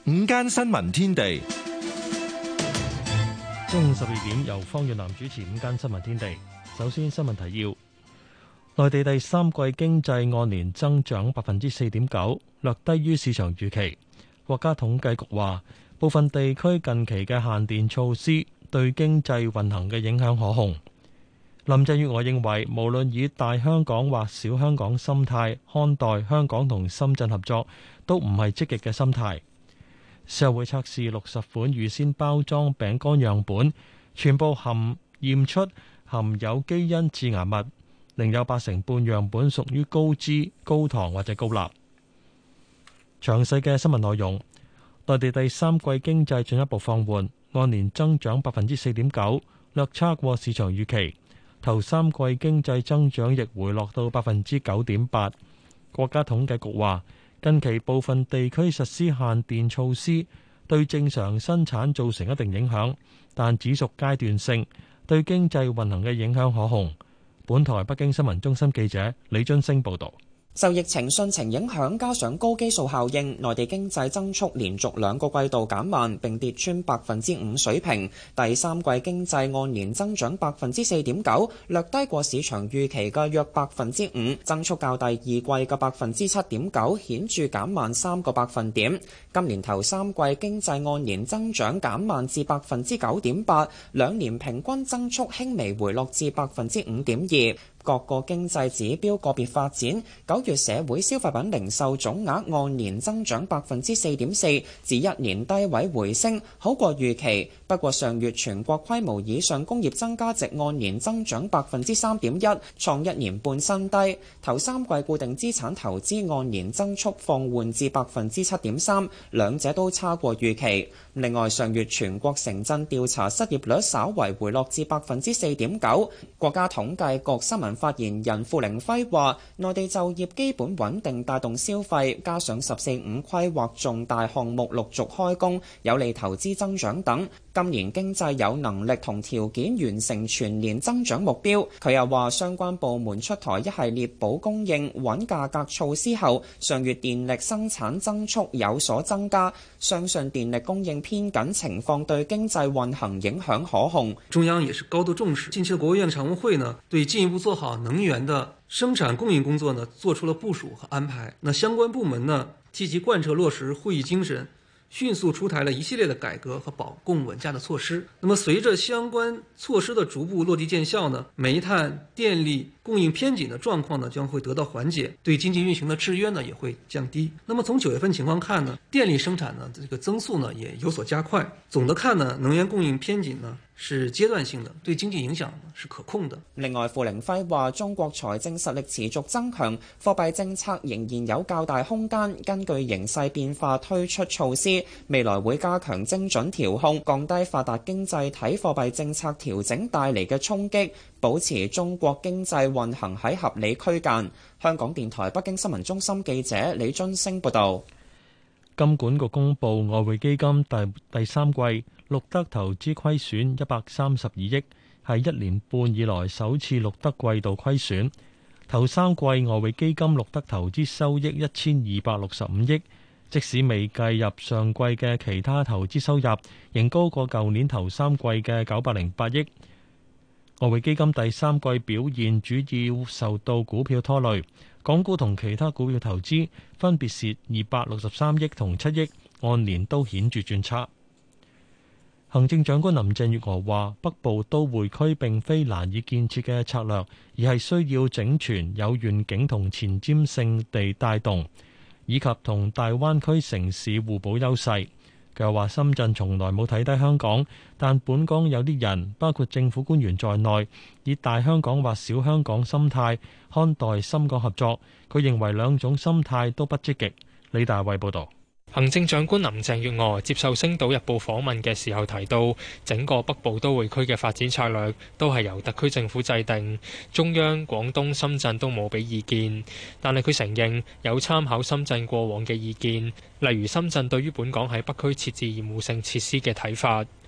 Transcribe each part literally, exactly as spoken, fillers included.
午間新聞天地， 中午十二點由方遠南主持午間新聞天地。首先新聞提要：內地第三季經濟按年增長百分之四點九，略低於市場預期。國家統計局話，部分地區近期嘅限電措施對經濟運行嘅影響可控。林鄭月娥認為，無論以大香港或小香港心態看待香港同深圳合作，都唔係積極嘅心態。消委會測試六十款預先包裝餅乾樣本，全部含驗出含有基因致癌物，另有八成半樣本屬於高脂、高糖或者高鈉。詳細嘅新聞內容，內地第三季經濟進一步放緩，按年增長百分之四點九，略差過市場預期。頭三季經濟增長亦回落到百分之九點八。國家統計局話，近期部分地區實施限電措施，對正常生產造成一定影響，但只屬階段性，對經濟運行嘅影響可控。本台北京新聞中心記者李津升報導。 受疫情汛情影響，加上高基數效應，內地經濟增速連續兩個季度減慢，並跌穿百分之五水平。第三季經濟按年增長百分之四點九，略低過市場預期嘅約百分之五，增速較第二季嘅百分之七點九顯著減慢三個百分點。今年頭三季經濟按年增長減慢至百分之九點八，兩年平均增速輕微回落至百分之五點二。各個經濟指標個別發展，九月社會消費品零售總額按年增長百分之四點四，至一年低位回升，好過預期。不過上月全國規模以上工業增加值按年增長百分之三點一，創一年半新低。頭三季固定資產投資按年增速放緩至百分之七點三，兩者都差過預期。另外，上月全國城鎮調查失業率稍為回落至百分之四點九。國家統計局新聞發言人付凌暉話，內地就業基本穩定帶動消費，加上十四五規劃重大項目陸續開工，有利投資增長等，今年經濟有能力同條件完成全年增長目標。佢又話，相關部門出台一系列保供應、穩價格措施後，上月電力生產增速有所增加，相信電力供應偏緊情況對經濟運行影響可控。 中央也是高度重視，近期的國務院常務會呢，對進一步做好能源的生產供應工作呢，做出了部署和安排。那相關部門呢，積極貫徹落實會議精神，迅速出台了一系列的改革和保供穩價的措施。那麼隨着相關措施的逐步落地見效呢，煤炭、電力供應偏緊的狀況呢將會得到緩解，對經濟運行的制約呢也會降低。那麼從九月份情況看呢，電力生產呢這個增速呢也有所加快。總的看呢，能源供應偏緊呢是階段性的，對經濟影響是可控的。 另外，付凌暉話，中國財政實力持續增強，貨幣政策仍然有較大空間，根據形勢變化推出措施，未來會加強精準調控，降低發達經濟體貨幣政策調整帶嚟嘅衝擊，保持中國經濟運行喺合理區間。香港電台北京新聞中心記者李津升報道。 金管局公布外匯基金第第三季錄得投資虧損一百三十二億，係一年半以來首次錄得季度虧損。頭三季外匯基金錄得投資收益一千二百六十五億，即使未計入上季嘅其他投資收入，仍高過舊年頭三季嘅九百零八億。外匯基金第三季表現主要受到股票拖累，港股同其他股票投資分別蝕二百六十三億同七億，按年都顯著轉差。行政長官林鄭月娥話：北部都會區並非難以建設嘅策略，而係需要整全、有願景同前瞻性地帶動，以及同大灣區城市互補優勢。佢又話：深圳從來冇睇低香港，但本港有啲人，包括政府官員在內，以大香港或小香港心態看待深港合作。佢認為兩種心態都不積極。李大衛報導。 行政長官林鄭月娥接受《星島日報》訪問嘅時候提到，整個北部都會區嘅發展策略都係由特區政府制定，中央、廣東、深圳都冇俾意見。但係佢承認有參考深圳過往嘅意見，例如深圳對於本港喺北區設置厭惡性設施嘅睇法。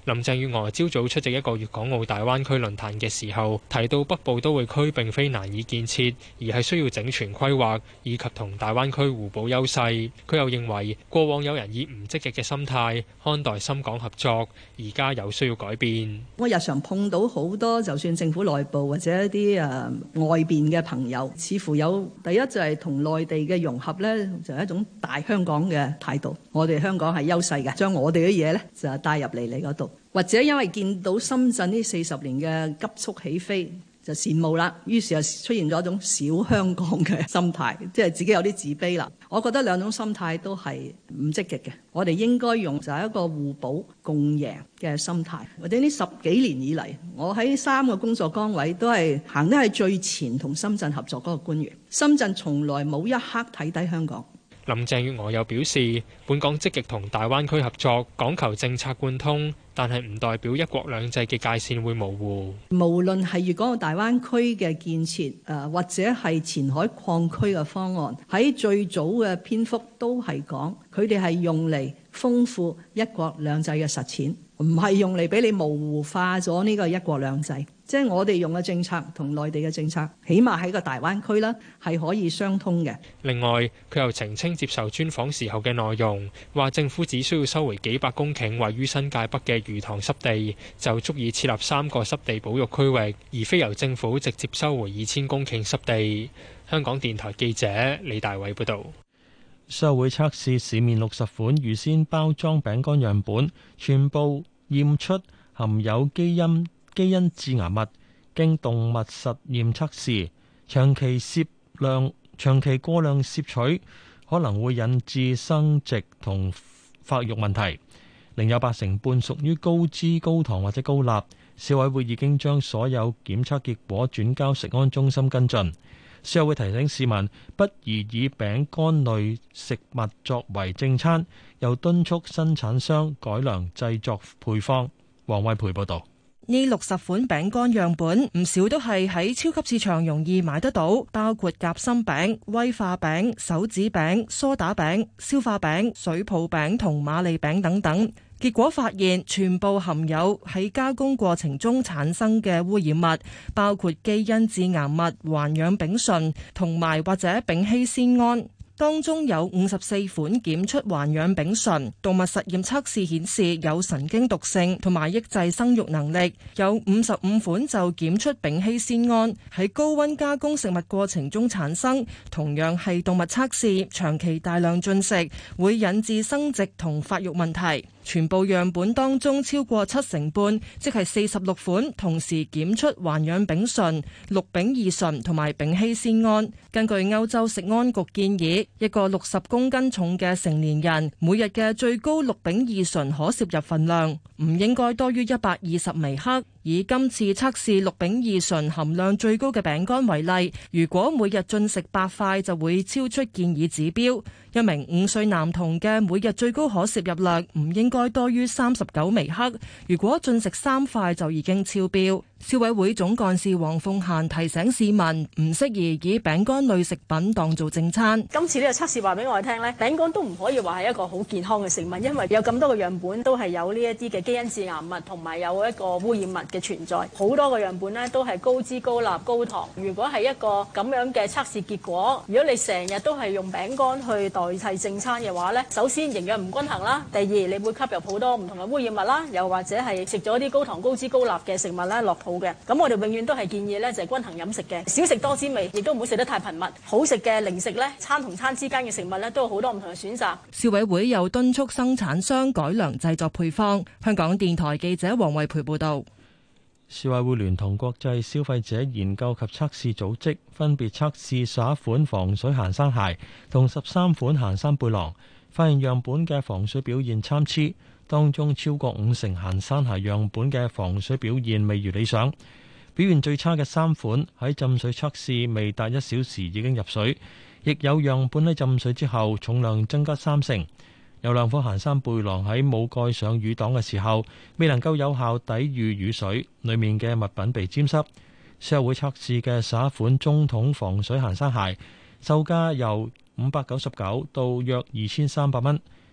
林鄭月娥朝早出席一個粵港澳大灣區論壇嘅時候，提到北部都會區並非難以建設，而係需要整全規劃以及同大灣區互補優勢。佢又認為過往有人以唔積極嘅心態看待深港合作，而家有需要改變。 我日常碰到好多，就算政府內部或者一啲誒、呃、外邊嘅朋友，似乎有第一就係同內地嘅融合呢，就係一種大香港嘅態度。我哋香港係優勢嘅，將我哋嘅嘢呢就係帶入嚟你嗰度。或者因為見到深圳呢四十年嘅急速起飛，就羨慕啦，於是就出現咗一種小香港嘅心態，即係自己有啲自卑啦。我覺得兩種心態都係唔積極嘅，我哋應該用就係一個互補共贏嘅心態。或者呢十幾年以嚟，我喺三個工作崗位都係行得係最前同深圳合作嗰個官員，深圳從來冇一刻睇低香港。 林鄭月娥又表示，本港積極同大灣區合作，講求政策貫通，但係唔代表一國兩制嘅界線會模糊。 無論係粵港澳大灣區嘅建設，誒或者係前海礦區嘅方案，喺最早嘅篇幅都係講，佢哋係用嚟豐富一國兩制嘅實踐，唔係用嚟俾你模糊化咗呢個一國兩制。即係我哋用嘅政策同內地嘅政策，起碼喺個大灣區啦，係可以相通嘅。 另外，佢又澄清接受專訪時候嘅內容，話政府只需要收回幾百公頃位於新界北嘅魚塘濕地，就足以設立三個濕地保育區域，而非由政府直接收回二千公頃濕地。香港電台記者李大偉報導。 消委會測試市面六十款預先包裝餅乾樣本，全部驗出含有基因基因致癌物，經動物實驗測試，長期攝量長期過量攝取可能會引致生殖同發育問題。另有八成半屬於高脂高糖或者高鈉。消委會已經將所有檢測結果轉交食安中心跟進。消委會提醒市民不宜以餅乾類食物作為正餐，又敦促生產商改良製作配方。黃惠培報導。 呢六十款餅乾樣本唔少都係喺超級市場容易買得到，包括夾心餅、威化餅、手指餅、梳打餅、消化餅、水泡餅同瑪利餅等等。結果發現全部含有喺加工過程中產生嘅污染物，包括基因致癌物環氧丙醇同埋或者丙烯酰胺。當中有五十四款檢出環氧丙醇，動物實驗測試顯示有神經毒性同埋抑制生育能力；有五十五款就檢出丙烯酰胺，喺高溫加工食物過程中產生，同樣係動物測試，長期大量進食會引致生殖同發育問題。全部樣本當中超過七成半，即係四十六款，同時檢出環氧丙醇、氯丙二醇同埋丙烯酰胺。根據歐洲食安局建議，一個六十公斤重嘅成年人每日嘅最高氯丙二醇可攝入份量唔應該多於一百二十微克。以今次測試氯丙二醇含量最高嘅餅乾為例，如果每日進食八塊就會超出建議指標。一名五歲男童嘅每日最高可攝入量唔應該多於三十九微克，如果進食三塊就已經超標。消委會總幹事黃鳳嫻提醒市民唔適宜以餅乾類食品當做正餐。 今次呢個測試話俾我哋聽呢，餅乾都唔可以話係一個好健康嘅食物，因為有咁多個樣本都係有呢一啲嘅基因致癌物同埋有一個污染物嘅存在，好多個樣本呢都係高脂高鈉高糖。如果係一個咁樣嘅測試結果，如果你成日都係用餅乾去代替正餐嘅話呢，首先營養唔均衡啦，第二你會吸入好多唔同嘅污染物啦，又或者係食咗啲高糖高脂高鈉嘅食物咧落肚嘅。咁我哋永遠都係建議咧就係均衡飲食嘅，少食多滋味，亦都唔好食得太頻密。好食嘅零食咧，餐同餐之間嘅食物咧都有好多唔同嘅選擇。 消委會又敦促生產商改良製作配方。香港電台記者黃惠培報道。 消委會聯同國際消費者研究及測試組織分別測試十一款防水行山鞋同十三款行山背囊，發現樣本嘅防水表現參差，當中超過五成行山鞋樣本嘅防水表現未如理想。表現最差嘅三款喺浸水測試未達一小時已經入水，亦有樣本喺浸水之後重量增加三成。有兩款行山背囊喺冇蓋上雨擋嘅時候，未能夠有效抵禦雨水，裡面嘅物品被沾濕。消委會測試嘅十一款中筒防水行山鞋，售價由五百九十九到約二千三百蚊，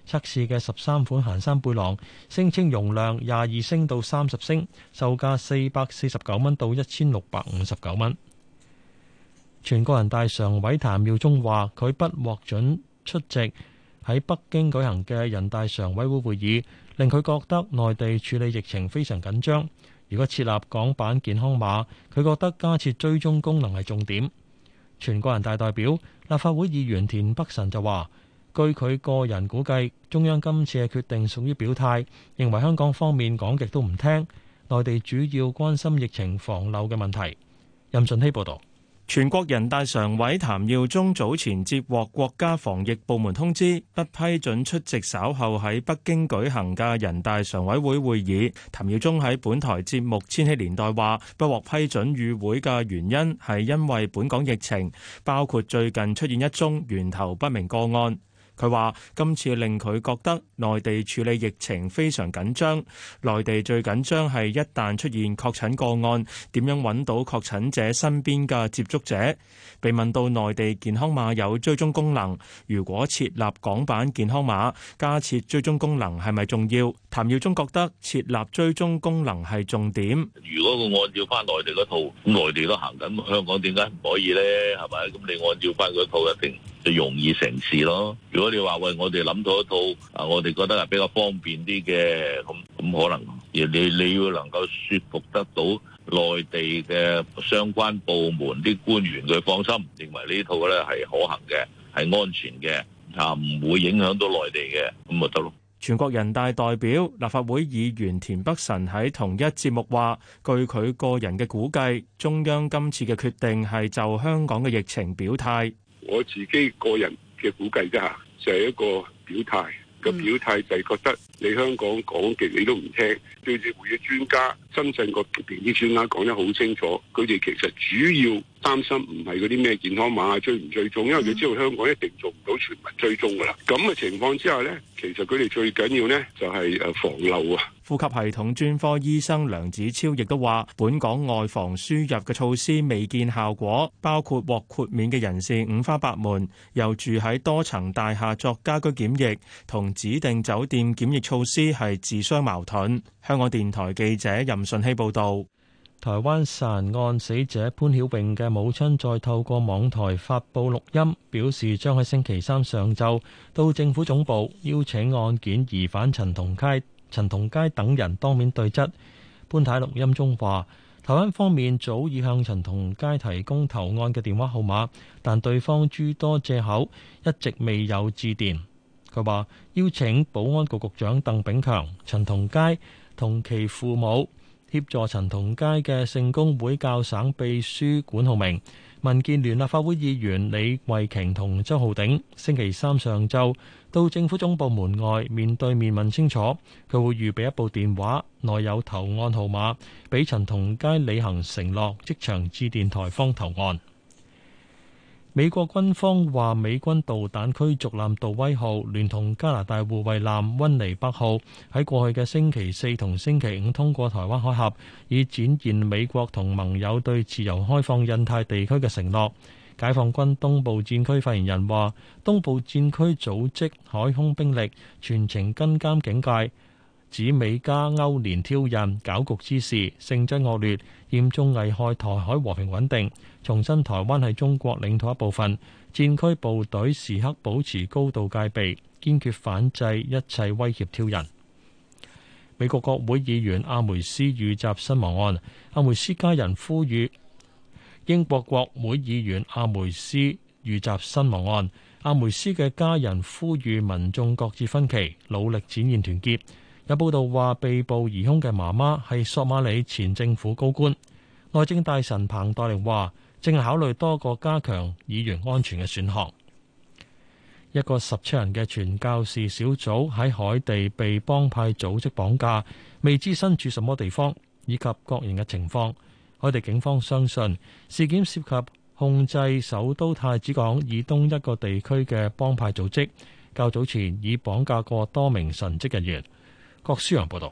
測試嘅十三款行山背囊，聲稱容量廿二升到三十升，售價四百四十九蚊到一千六百五十九蚊。全國人大常委譚耀宗話：佢不獲准出席喺北京舉行嘅人大常委會會議，令佢覺得內地處理疫情非常緊張。如果設立港版健康碼，佢覺得加設追蹤功能係重點。全國人大代表、立法會議員田北辰就話：據佢個人估計，中央今次嘅決定屬於表態，認為香港方面講極都唔聽，內地主要關心疫情防漏嘅問題。任順希報導。 全國人大常委譚耀宗早前接獲國家防疫部門通知，不批准出席稍後喺北京舉行嘅人大常委會會議。譚耀宗喺本台節目《千禧年代》話，不獲批准與會嘅原因係因為本港疫情，包括最近出現一宗源頭不明個案。佢話今次令佢覺得內地處理疫情非常緊張，內地最緊張係一旦出現確診個案，點樣揾到確診者身邊嘅接觸者。被問到內地健康碼有追蹤功能，如果設立港版健康碼，加設追蹤功能係咪重要？譚耀宗覺得設立追蹤功能係重點。 如果佢按照翻內地嗰套，咁內地都行緊，香港點解唔可以呢？係咪？咁你按照翻嗰套一定就容易成事咯。如果你話喂，我哋諗到一套啊，我哋覺得係比較方便啲嘅，咁咁可能你你要能夠說服得到內地嘅相關部門啲官員佢放心，認為呢套咧係可行嘅，係安全嘅，啊唔會影響到內地嘅，咁咪得咯。 全國人大代表、立法會議員田北辰喺同一節目話，據佢個人嘅估計，中央今次嘅決定係就香港嘅疫情表態。 我自己個人嘅估計啫嚇，就係一個表態。個表態就係覺得你香港講極你都唔聽，對住會嘅專家，深圳嗰邊啲專家講得好清楚，佢哋其實主要擔心唔係嗰啲咩健康碼追唔追蹤，因為佢知道香港一定做唔到全民追蹤噶啦。咁嘅情況之下呢，其實佢哋最緊要呢就係誒防漏啊。 呼吸系統專科醫生梁子超亦都話，本港外防輸入嘅措施未見效果，包括獲豁免嘅人士五花八門，又住喺多層大廈作家居檢疫，同指定酒店檢疫措施係自相矛盾。香港電台記者任順希報導。 台灣殺人案死者潘曉穎嘅母親再透過網台發布錄音，表示將喺星期三上晝到政府總部邀請案件疑犯陳同佳、陳同佳等人當面對質。潘太錄音中話，台灣方面早已向陳同佳提供投案嘅電話號碼，但對方諸多藉口，一直未有致電。佢話邀請保安局局長鄧炳強、陳同佳同其父母協助陳同佳嘅聖公會教省秘書管浩明、民建聯立法會議員李慧瓊同周浩鼎星期三上晝到政府總部門外面對面問清楚，佢會預備一部電話，內有投案號碼，俾陳同佳履行承諾，即場致電台方投案。美國軍方話，美軍導彈驅逐艦杜威號聯同加拿大護衛艦溫尼北號喺過去嘅星期四同星期五通過台灣海峽，以展現美國同盟友對自由開放印太地區嘅承諾。解放軍東部戰區發言人話，東部戰區組織海空兵力全程跟監警戒，指美加歐聯挑釁搞局之事，性質惡劣，嚴重危害台海和平穩定。重申台灣係中國領土一部分，戰區部隊時刻保持高度戒備，堅決反制一切威脅挑釁。美國國會議員阿梅斯遇襲身亡案，阿梅斯家人呼籲英國國會議員阿梅斯遇襲身亡案，阿梅斯嘅家人呼籲民眾擱置分歧，努力展現團結。有報道話，被捕疑兇嘅媽媽係索馬里前政府高官。內政大臣彭黛玲話，正係考慮多個加強議員安全嘅選項。一個十七人嘅傳教士小組喺海地被幫派組織綁架，未知身處什麼地方以及各人嘅情況。海地警方相信事件涉及控制首都太子港以東一個地區嘅幫派組織，較早前已綁架過多名神職人員。郭舒陽報道。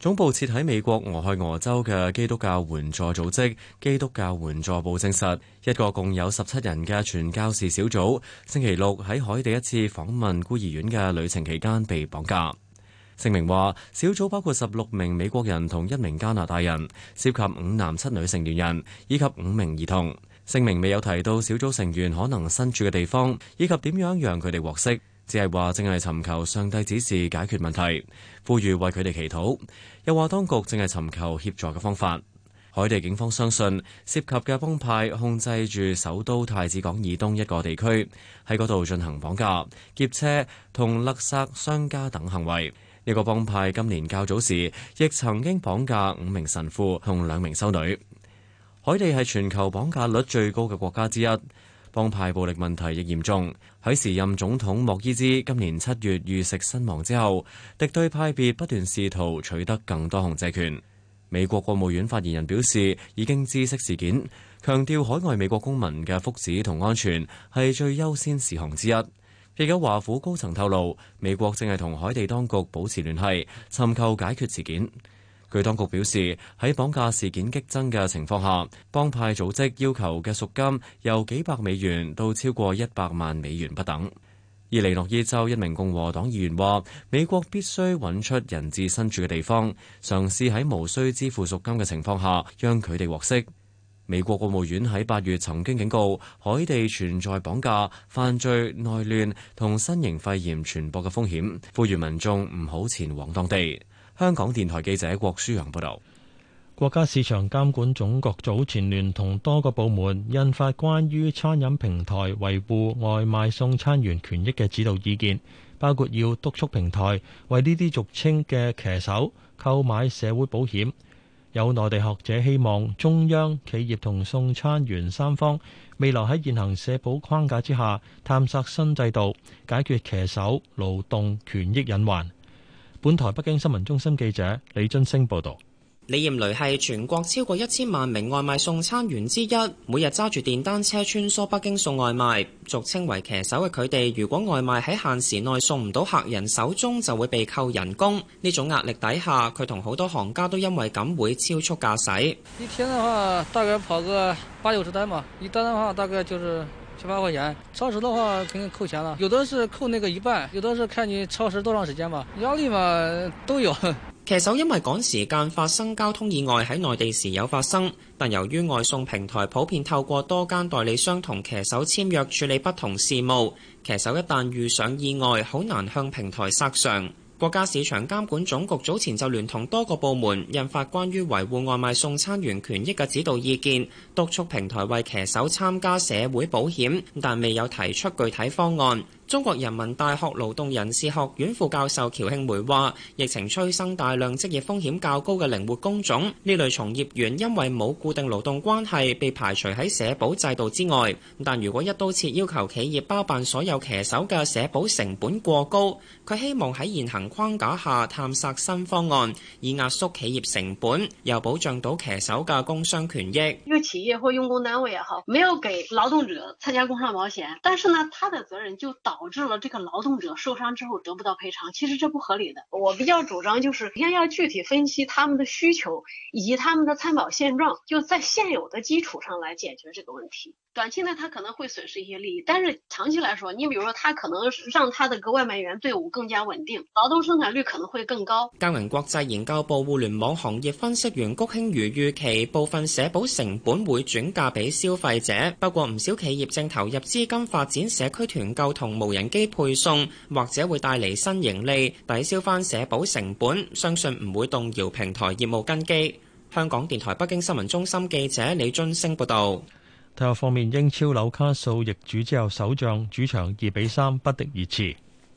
總部設喺美國俄亥俄州嘅基督教援助組織基督教援助部證實，一個共有十七人嘅傳教士小組星期六喺海地一次訪問孤兒院嘅旅程期間被綁架。聲明話，小組包括十六名美國人同一名加拿大人，涉及五男七女成年人以及五名兒童。聲明未有提到小組成員可能身處嘅地方，以及點樣讓佢哋獲釋，只係話正係尋求上帝指示解決問題，呼籲為佢哋祈禱。又話當局正係尋求協助嘅方法。海地警方相信涉及嘅幫派控制住首都太子港以東一個地區，喺嗰度進行綁架、劫車同勒殺商家等行為。呢個幫派今年較早時亦曾經綁架五名神父同兩名修女。海地係全球綁架率最高嘅國家之一，幫派暴力問題亦嚴重。喺時任總統莫伊茲今年七月遇刺身亡之後，敵對派別不斷試圖取得更多控制權。美國國務院發言人表示已經知悉事件，強調海外美國公民嘅福祉同安全係最優先事項之一。亦有華府高層透露，美國正係同海地當局保持聯繫，尋求解決事件。據當局表示，喺綁架事件激增嘅情況下，幫派組織要求嘅贖金由幾百美元到超過一百萬美元不等。而尼諾爾州一名共和黨議員話，美國必須揾出人質身處嘅地方，嘗試喺無需支付贖金嘅情況下，讓佢哋獲釋。美國國務院喺八月曾經警告，海地存在綁架、犯罪、內亂同新型肺炎傳播嘅風險，呼籲民眾唔好前往當地。香港電台記者郭舒陽報道。 國家市場監管總局早前聯同多個部門印發關於餐飲平台維護外賣送餐員權益嘅指導意見，包括要督促平台為呢啲俗稱嘅騎手購買社會保險。有內地學者希望中央、企業同送餐員三方未來喺現行社保框架之下探索新制度，解決騎手勞動權益隱患。本台北京新聞中心記者李津升報道。 李艷雷係全國超過一千萬名外賣送餐員之一，每日揸住電單車穿梭北京送外賣。俗稱為騎手嘅佢哋，如果外賣喺限時內送唔到客人手中，就會被扣人工。呢種壓力底下，佢同好多行家都因為咁會超速駕駛。 一天的話，大概跑個八九十單嘛，一單的話大概就是七八塊錢。超時的話肯定扣錢了，有的是扣那個一半，有的是看你超時多長時間嘛，壓力嘛都有。 騎手因為趕時間發生交通意外喺內地時有發生，但由於外送平台普遍透過多間代理商同騎手簽約處理不同事務，騎手一旦遇上意外，好難向平台索償。國家市場監管總局早前就聯同多個部門印發關於維護外賣送餐員權益嘅指導意見，督促平台為騎手參加社會保險，但未有提出具體方案。中國人民大學勞動人事學院副教授喬慶梅話，疫情催生大量職業風險較高嘅靈活工種，呢類從業員因為冇固定勞動關係，被排除喺社保制度之外。但如果一刀切要求企業包辦所有騎手嘅社保成本過高，佢希望喺現行框架下探索新方案，以壓縮企業成本，又保障到騎手嘅工傷權益。 一個企業或用工單位也好，沒有給勞動者參加工傷保險，但是呢，他的責任就導導致了這個勞動者受傷之後得不到賠償，其實這不合理的。我比較主張就是先要具體分析他們的需求以及他們的參保現狀，就在現有的基礎上來解決這個問題。短期內他可能會損失一些利益，但是長期來說，你比如說他可能讓他的個外賣員隊伍更加穩定，勞動生產率可能會更高。 交銀國際研究部互聯網行業分析員谷興如預期，部分社保成本會轉嫁俾消費者，不過唔少企業正投入資金發展社區團購同無人機配送，或者會帶嚟新盈利，抵消翻社保成本，相信唔會動搖平台業務根基。香港電台北京新聞中心記者李津升報道。 體育方面，英超紐卡素易主之後首仗主場二比三不敵熱刺。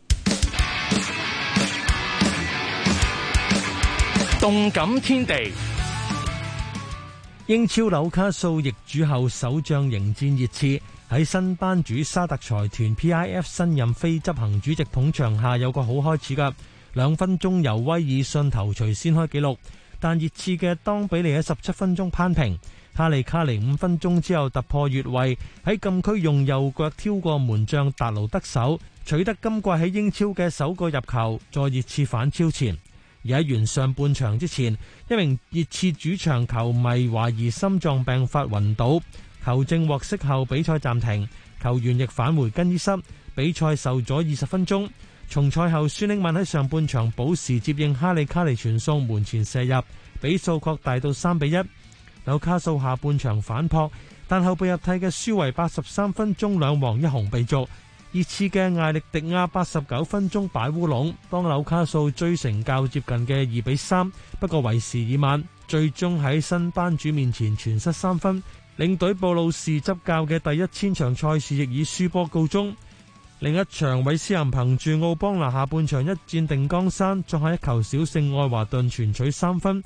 動感天地， 英超紐卡素易主後首仗迎戰熱刺，喺新班主沙特財團 P I F 新任非執行主席捧場下有個好開始㗎。兩分鐘由威爾遜頭槌先開紀錄，但熱刺嘅當比利喺十七分鐘攀平。哈利卡尼五分鐘之後突破越位，喺禁區用右腳挑過門將達盧得手，取得今季喺英超嘅首個入球，在熱刺反超前。 而喺完上半場之前，一名熱刺主場球迷懷疑心臟病發暈倒，球證獲悉後比賽暫停，球員亦返回更衣室，比賽受阻二十分鐘。從賽後，孫興慜喺上半場補時接應哈利卡尼傳送門前射入，比數擴大到三比一。紐卡素下半場反撲，但後備入替嘅舒維八十三分鐘兩黃一紅被逐。熱刺嘅艾力迪亞八十九分鐘擺烏龍，幫紐卡素追成較接近嘅二比三，不過為時已晚，最終喺新班主面前全失三分。領隊布魯士執教嘅第一千場賽事亦以輸波告終。另一場韋斯咸憑住奧邦拿下半場一戰定江山，作下一球小勝愛華頓，全取三分。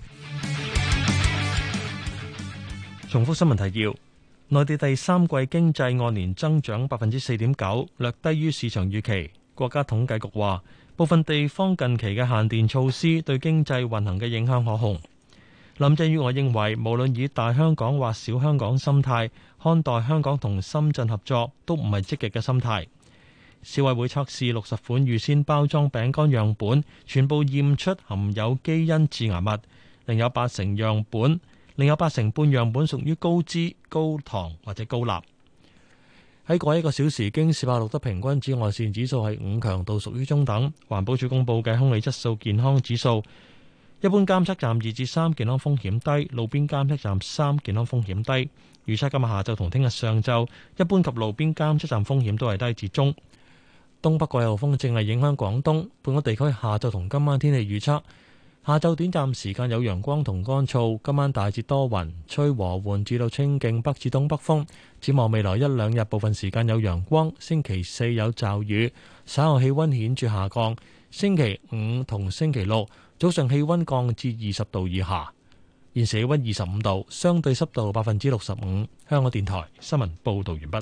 重複新聞提要。內地第三季經濟按年增長百分之四點九，略低於市場預期。國家統計局話，部分地方近期嘅限電措施對經濟運行嘅影響可控。林鄭月娥認為，無論以大香港或小香港心態看待香港同深圳合作，都唔係積極嘅心態。消委會測試六十款預先包裝餅乾樣本，全部驗出含有基因致癌物，另有八成樣本。另有八成半樣本屬於高脂、高糖或者高鈉。喺過一個小時，京士柏錄得平均紫外線指數係五，強度屬於中等。環保署公佈嘅空氣質素健康指數，一般監測站二至三，健康風險低；路邊監測站三，健康風險低。預測今日下晝同聽日上晝，一般及路邊監測站風險都係低至中。東北季候風正係影響廣東，本港地區下晝同今晚天氣預測。下晝短暫時間有陽光同乾燥，今晚大致多雲，吹和緩至到清勁北至東北風。展望未來一兩日，部分時間有陽光，星期四有驟雨，稍後氣溫顯著下降。星期五同星期六早上氣溫降至二十度以下。現時氣溫二十五度，相對濕度百分之六十五。香港電台新聞報道完畢。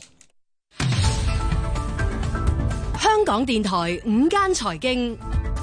香港電台午間財經。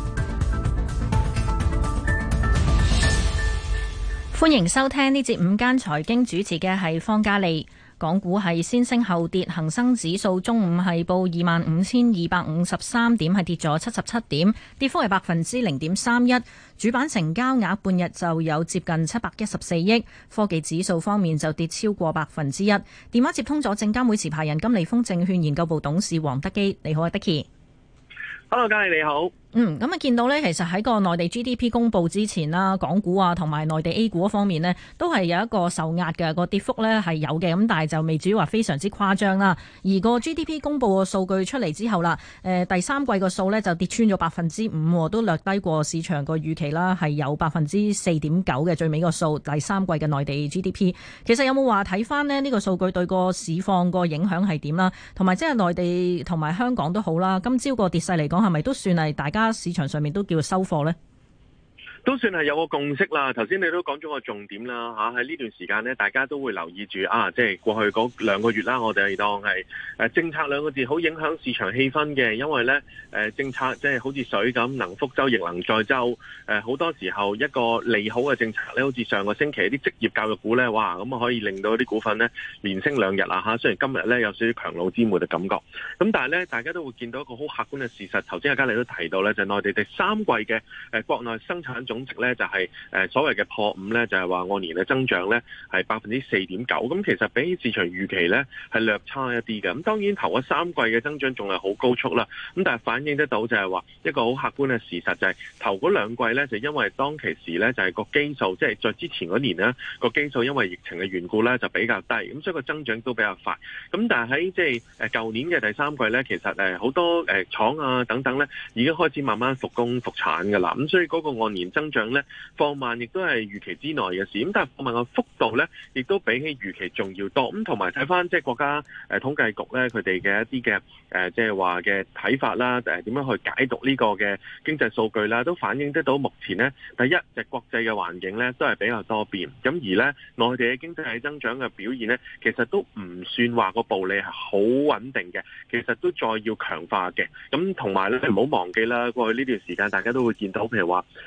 歡迎收聽呢節午間財經，主持嘅係方嘉利。港股係先升後跌，恒生指數中午係報二萬五千二百五十三點，係跌咗七十七點，跌幅係百分之零點三一。主板成交額半日就有接近七百一十四億。科技指數方面就跌超過百分之一。電話接通咗證監會持牌人金利豐證券研究部董事黃德基，你好啊，Dicky。 Hello，嘉利你好。 嗯，咁啊見到呢，其實喺個內地 G D P 公布之前啦，港股啊同埋內地 A 股方面呢，都係有一個受壓嘅，個跌幅呢係有嘅，咁但係就未至於話非常之誇張啦。而個 G D P 公布個數據出嚟之後啦，誒、呃、第三季個數呢就跌穿咗百分之五，都略低過市場個預期啦，係有百分之四點九嘅最尾個數。第三季嘅內地 G D P， 其實有冇話睇翻呢？呢個數據對個市況個影響係點啦？同埋即係內地同埋香港都好啦，今朝個跌勢嚟講係咪都算係大家市場上面都叫收貨呢？ 都算係有個共識啦。頭先你都講咗個重點啦嚇，喺呢段時間呢，大家都會留意住啊，即係過去嗰兩個月啦，我哋當係誒政策兩個字好影響市場氣氛嘅，因為呢誒政策即係好似水咁，能覆舟亦能載舟。誒好多時候一個利好嘅政策咧，好似上個星期啲職業教育股呢，哇咁啊可以令到啲股份呢連升兩日啦嚇。雖然今日呢有少少強弩之末嘅感覺，咁但係呢，大家都會見到一個好客觀嘅事實。頭先阿嘉莉都提到呢，就係內地第三季嘅誒國內生產總值咧就係誒所謂嘅破五咧，就係話按年嘅增長咧係百分之四點九，咁其實比起市場預期咧係略差一啲嘅。咁當然頭嗰三季嘅增長仲係好高速啦，咁但係反映得到就係話一個好客觀嘅事實就係頭嗰兩季咧就因為當其時咧就係個基數，即係在之前嗰年咧個基數因為疫情嘅緣故咧就比較低，咁所以個增長都比較快。咁但係喺即係誒舊年嘅第三季咧，其實誒好多誒廠啊等等咧已經開始慢慢復工復產㗎啦，咁所以嗰個按年增長咧放慢亦都係預期之內嘅事，咁但係放慢嘅幅度咧，亦都比起預期仲要多。咁同埋睇翻即係國家誒統計局咧，佢哋嘅一啲嘅誒即係話嘅睇法啦，誒點樣去解讀呢個嘅經濟數據啦，都反映得到目前呢，第一就係國際嘅環境咧都係比較多變，咁而咧內地嘅經濟增長嘅表現咧，其實都唔算話個暴利係好穩定嘅，其實都再要強化嘅。咁同埋咧唔好忘記啦，過去呢段時間大家都會見到，譬如話要限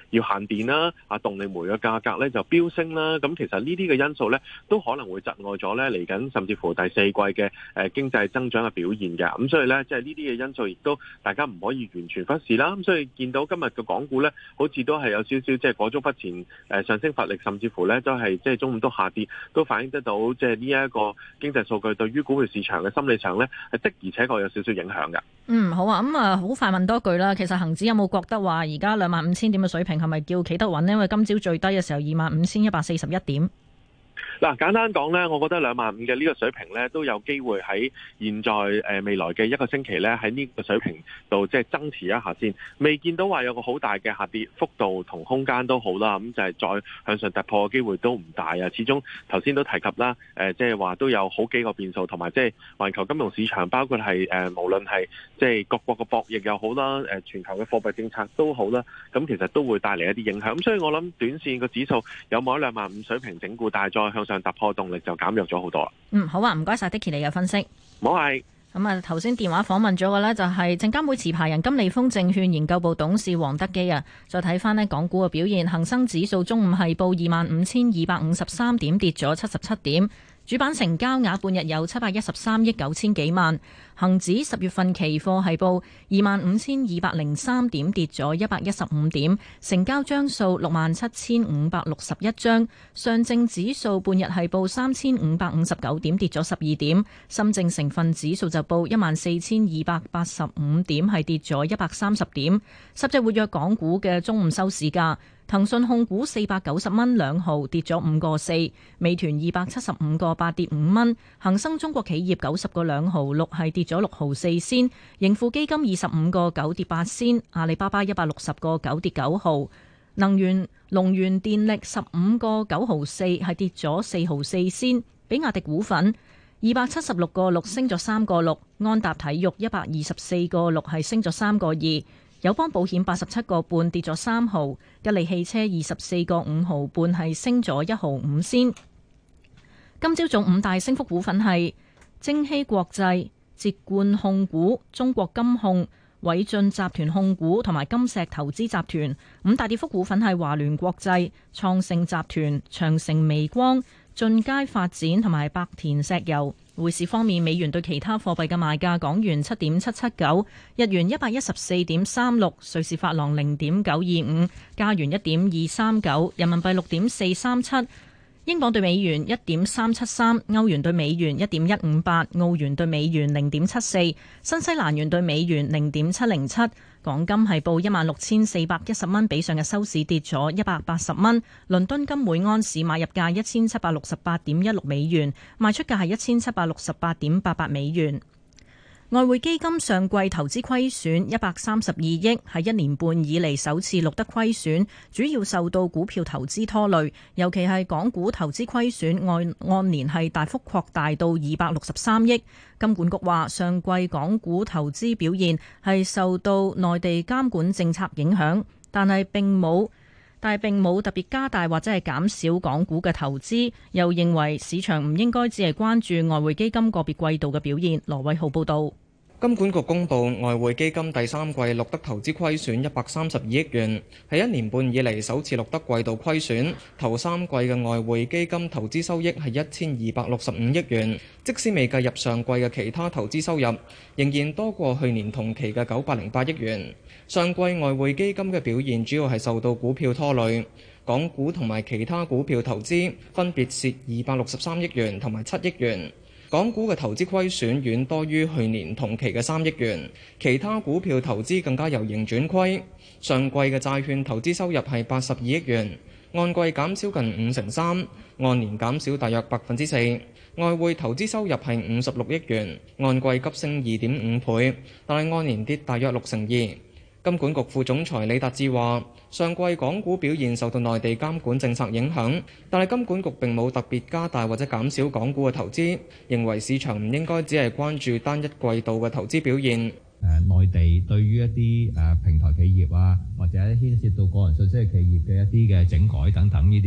電啦、啊動力煤嘅價格咧就飆升啦。咁其實呢啲嘅因素咧都可能會窒礙咗咧嚟緊甚至乎第四季嘅誒經濟增長嘅表現嘅。咁所以咧即係呢啲嘅因素亦都大家唔可以完全忽視啦。咁所以見到今日嘅港股咧，好似都係有少少即係裹足不前，誒上升乏力，甚至乎咧都係即係中午都下跌，都反映得到即係呢一個經濟數據對於股票市場嘅心理上咧係的而且確有少少影響嘅。 嗯，好啊，咁啊好快問多句啦。其實恒指有冇覺得話而家兩萬五千點嘅水平係咪叫企得穩呢？因為今朝最低嘅時候二萬五千一百四十一點。 嗱，簡單講咧，我覺得兩萬五嘅呢個水平咧都有機會喺現在誒未來嘅一個星期咧喺呢個水平度即係增持一下先，未見到話有個好大嘅下跌幅度同空間都好啦，咁就係再向上突破嘅機會都唔大啊。始終頭先都提及啦，誒即係話都有好幾個變數，同埋即係環球金融市場，包括係誒無論係即係各國嘅博弈又好啦，誒全球嘅貨幣政策都好啦，咁其實都會帶嚟一啲影響。咁所以我諗短線個指數有冇喺兩萬五水平整固，但係再向上突破動力就減弱咗好多啦。 嗯，好啊，唔該晒 Dicky 你嘅分析。 唔好係。 咁啊，頭先電話訪問咗嘅呢，就係證監會持牌人金利豐證券研究部董事黃德基啊。再睇翻呢港股嘅表現，恒生指數中午係報二萬五千二百五十三點，跌咗七十七點。主板成交額半日有七百一十三億九千幾萬。恒指十月份期貨係報二萬五千二百零三點，跌咗一百一十五點，成交張數六萬七千五百六十一張。上證指數半日係報三千五百五十九點，跌咗十二點。深證成分指數就報一萬四千二百八十五點，係跌咗一百三十點。十隻活躍港股嘅中午收市價。騰訊控股四百九十蚊兩毫，跌咗五個四；美團二百七十五個八，跌五蚊；恒生中國企業九十個兩毫六，係跌咗六毫四仙；盈富基金二十五個九，跌八仙；阿里巴巴一百六十個九，跌九毫；能源龍源電力十五個九毫四，係跌咗四毫四仙；比亞迪股份二百七十六個六，升咗三個六；安踏體育一百二十四個六，係升咗三個二。友邦保險八十七個半，跌咗三毫，吉利汽車二十四個五毫半，係升咗一毫五仙。今朝早五大升幅股份係精希國際、捷冠控股、中國金控、偉進集團控股同埋金石投資集團。五大跌幅股份係華聯國際、創盛集團、長城微光、進佳發展同埋百田石油。匯市方面，美元對其他貨幣嘅賣價：港元七點七七九，日元一百一十四點三六，瑞士法郎零點九二五，加元一點二三九，人民幣六點四三七，英鎊對美元一點三七三，歐元對美元一點一五八，澳元對美元零點七四，新西蘭元對美元零點七零七。港金係報一萬六千四百一十蚊，比上日收市跌咗一百八十蚊。倫敦金每安士買入價一千七百六十八點一六美元，賣出價係一千七百六十八點八八美元。外匯基金上季投資虧損一百三十二億，係一年半以嚟首次錄得虧損，主要受到股票投資拖累，尤其係港股投資虧損按按年係大幅擴大到二百六十三億。金管局話上季港股投資表現係受到內地監管政策影響，但係並冇但係並冇特別加大或者係減少港股嘅投資，又認為市場唔應該只係關注外匯基金個別季度嘅表現。羅偉浩報導。 金管局公布外匯基金第三季錄得投資虧損一百三十二億元，係一年半以嚟首次錄得季度虧損。頭三季嘅外匯基金投資收益係一千二百六十五億元，即使未計入上季嘅其他投資收入，仍然多過去年同期嘅九百零八億元。上季外匯基金嘅表現主要係受到股票拖累，港股同埋其他股票投資分別蝕二百六十三億元同埋七億元。港股嘅投資虧損遠多於去年同期嘅三億元，其他股票投資更加由盈轉虧。上季嘅債券投資收入係八十二億元，按季減少近五成三，按年減少大約百分之四。外匯投資收入係五十六億元，按季急升二點五倍，但係按年跌大約六成二。金管局副總裁李達志話：上季港股表現受到內地監管政策影響，但係金管局並冇特別加大或者減少港股嘅投資，認為市場唔應該只係關注單一季度嘅投資表現。 誒，內地對於一啲誒、呃、平台企業啊，或者牽涉到個人信息嘅企業嘅一啲嘅整改等等呢啲呢，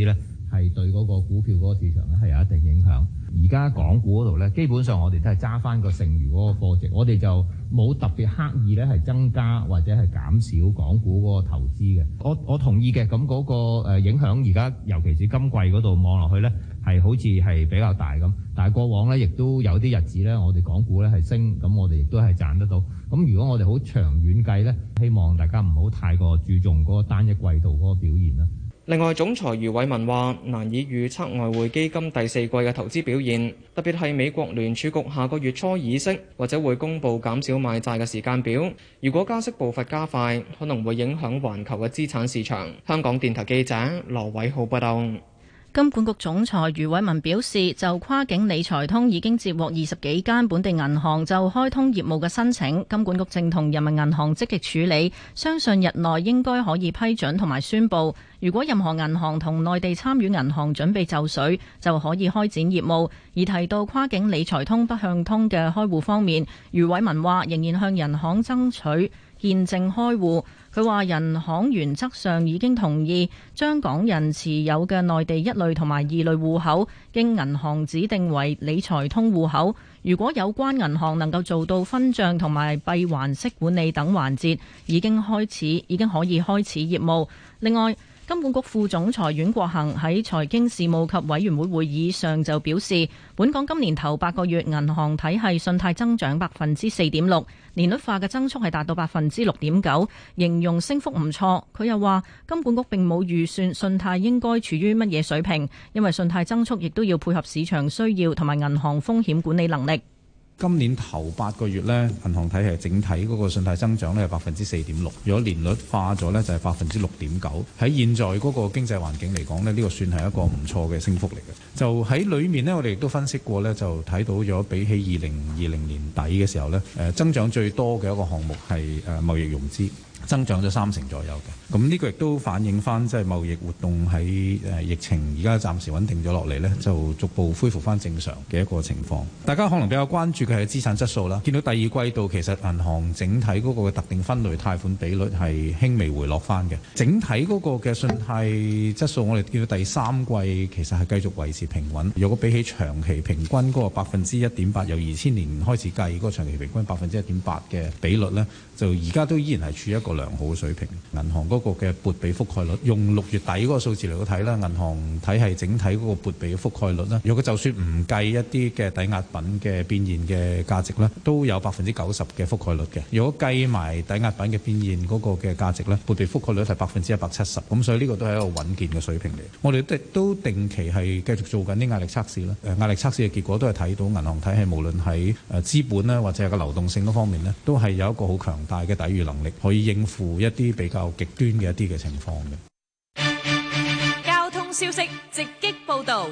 係對嗰個股票嗰個市場咧係有一定影響。而家港股嗰度咧，基本上我哋都係揸翻個剩餘嗰個貨值，我哋就冇特別刻意咧係增加或者係減少港股嗰個投資嘅。我我同意嘅，咁嗰個誒影響而家尤其是今季嗰度望落去咧，係好似係比較大咁。但係過往咧，亦都有啲日子咧，我哋港股咧係升，咁我哋亦都係賺得到。咁如果我哋好長遠計咧，希望大家唔好太過注重嗰個單一季度嗰個表現啦。 另外，總裁余偉文話：難以預測外匯基金第四季嘅投資表現，特別係美國聯儲局下個月初議息或者會公布減少買債嘅時間表。如果加息步伐加快，可能會影響環球嘅資產市場。香港電台記者羅偉浩報道。 金管局總裁余偉文表示，就跨境理財通已經接獲二十幾間本地銀行就開通業務嘅申請，金管局正同人民銀行積極處理，相信日內應該可以批准同埋宣佈。如果任何銀行同內地參與銀行準備就緒，就可以開展業務。而提到跨境理財通北向通嘅開戶方面，余偉文話仍然向人行爭取現證開戶。佢話人行原則上已經同意將港人持有嘅內地一類同埋二類戶口經銀行指定為理財通戶口。如果有關銀行能夠做到分賬同埋閉環式管理等環節，已經開始已經可以開始業務。另外，金管局副總裁阮國恒喺財經事務及委員會會議上就表示，本港今年頭八個月銀行體系信貸增長百分之四點六，年率化嘅增速係達到百分之六點九，形容升幅唔錯。佢又話，金管局並冇預算信貸應該處於乜嘢水平，因為信貸增速亦都要配合市場需要同埋銀行風險管理能力。 今年頭八個月呢，銀行體系整體嗰個信貸增長呢係百分之四點六，如果年率化咗呢，就係百分之六點九。喺現在嗰個經濟環境嚟講呢，呢個算係一個唔錯嘅升幅嚟嘅。就喺裡面呢，我哋亦都分析過呢，就睇到咗比起二零二零年底嘅時候呢，誒增長最多嘅一個項目係誒貿易融資。增長咗三成左右嘅，咁呢個亦都反映翻即係貿易活動喺誒疫情而家暫時穩定咗落嚟呢，就逐步恢復翻正常嘅一個情況。大家可能比較關注嘅係資產質素啦，見到第二季度其實銀行整體嗰個嘅特定分類貸款比率係輕微回落翻嘅，整體嗰個嘅信貸質素我哋見到第三季其實係繼續維持平穩。如果比起長期平均嗰個百分之一點八，由二千年開始計嗰個長期平均百分之一點八嘅比率呢，就而家都依然係處於一個良好嘅水平。銀行嗰個嘅撥備覆蓋率，用六月底嗰個數字嚟到睇啦，銀行體系整體嗰個撥備嘅覆蓋率啦，如果就算唔計一啲嘅抵押品嘅變現嘅價值咧，都有百分之九十嘅覆蓋率嘅。如果計埋抵押品嘅變現嗰個嘅價值咧，撥備覆蓋率係百分之一百七十，咁所以呢個都係一個穩健嘅水平嚟。我哋都定期係繼續做緊啲壓力測試啦。誒壓力測試嘅結果都係睇到銀行體系無論喺誒資本咧或者係個流動性嗰方面咧，都係有一個好強大嘅抵禦能力，可以應付一啲比較極端嘅一啲嘅情況嘅。 交通消息直擊報導。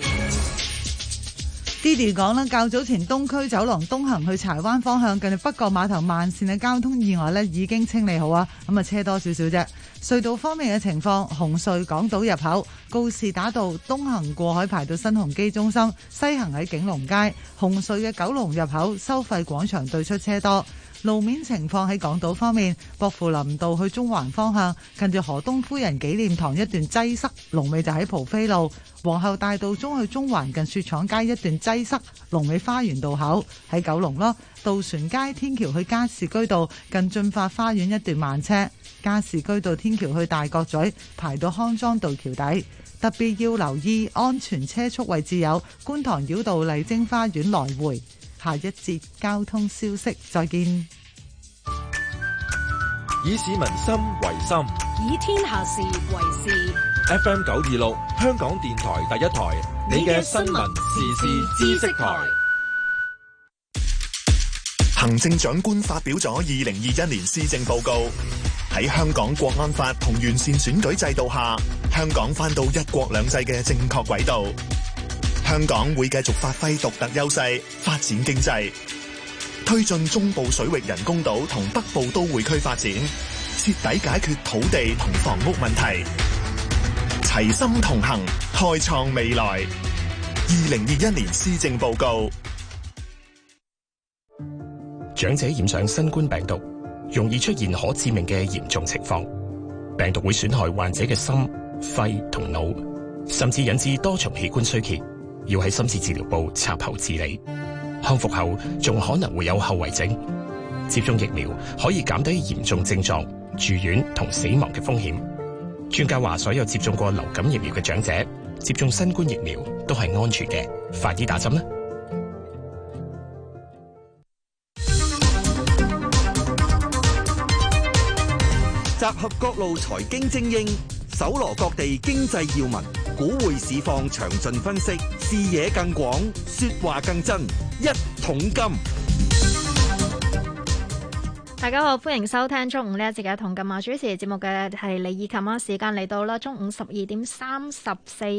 Didi 講啦，較早前東區走廊東行去柴灣方向近住北角碼頭慢線嘅交通意外呢已經清理好啊，咁啊車多少少啫。隧道方面嘅情況，紅隧港島入口告士打道東行過海排到新鴻基中心，西行喺景隆街。紅隧嘅九龍入口收費廣場對出車多。路面情況喺港島方面，薄扶林道去中環方向近住何東夫人紀念堂一段擠塞，龍尾就喺蒲飛路。皇后大道中去中環近雪廠街一段擠塞，龍尾花園道口喺九龍咯。渡船街天橋去加士居道近駿發花園一段慢車，加士居道天橋去大角咀排到康莊道橋底。特別要留意安全車速位置有觀塘繞道麗晶花園來回。下一節交通消息，再見。 以市民心為心， 以天下事為事。 F M 九二六，香港電台第一台，你嘅新聞時事知識台。 行政長官發表咗二零二一年施政報告，喺香港國安法同完善選舉制度下，香港返到一國兩制嘅正確軌道。香港會繼續發揮獨特優勢，發展經濟，推進中部水域人工島同北部都會區發展，徹底解決土地同房屋問題，齊心同行，開創未來。二零二一年施政報告。 長者染上新冠病毒，容易出現可致命嘅嚴重情況。病毒會損害患者嘅心、肺同腦， 甚至引致多重器官衰竭，要喺深切治療部插喉治理。康復後仲可能會有後遺症。接種疫苗可以減低嚴重症狀、住院同死亡嘅風險。專家話，所有接種過流感疫苗嘅長者接種新冠疫苗都係安全嘅，快啲打針啦！ 集合各路財經精英，搜羅各地經濟要聞，股匯市況詳盡分析，視野更廣，說話更真。一桶金， 大家好，歡迎收聽中午呢一節嘅一桶金啊！主持節目嘅係李以琴啊，時間嚟到啦，中午十二點三十四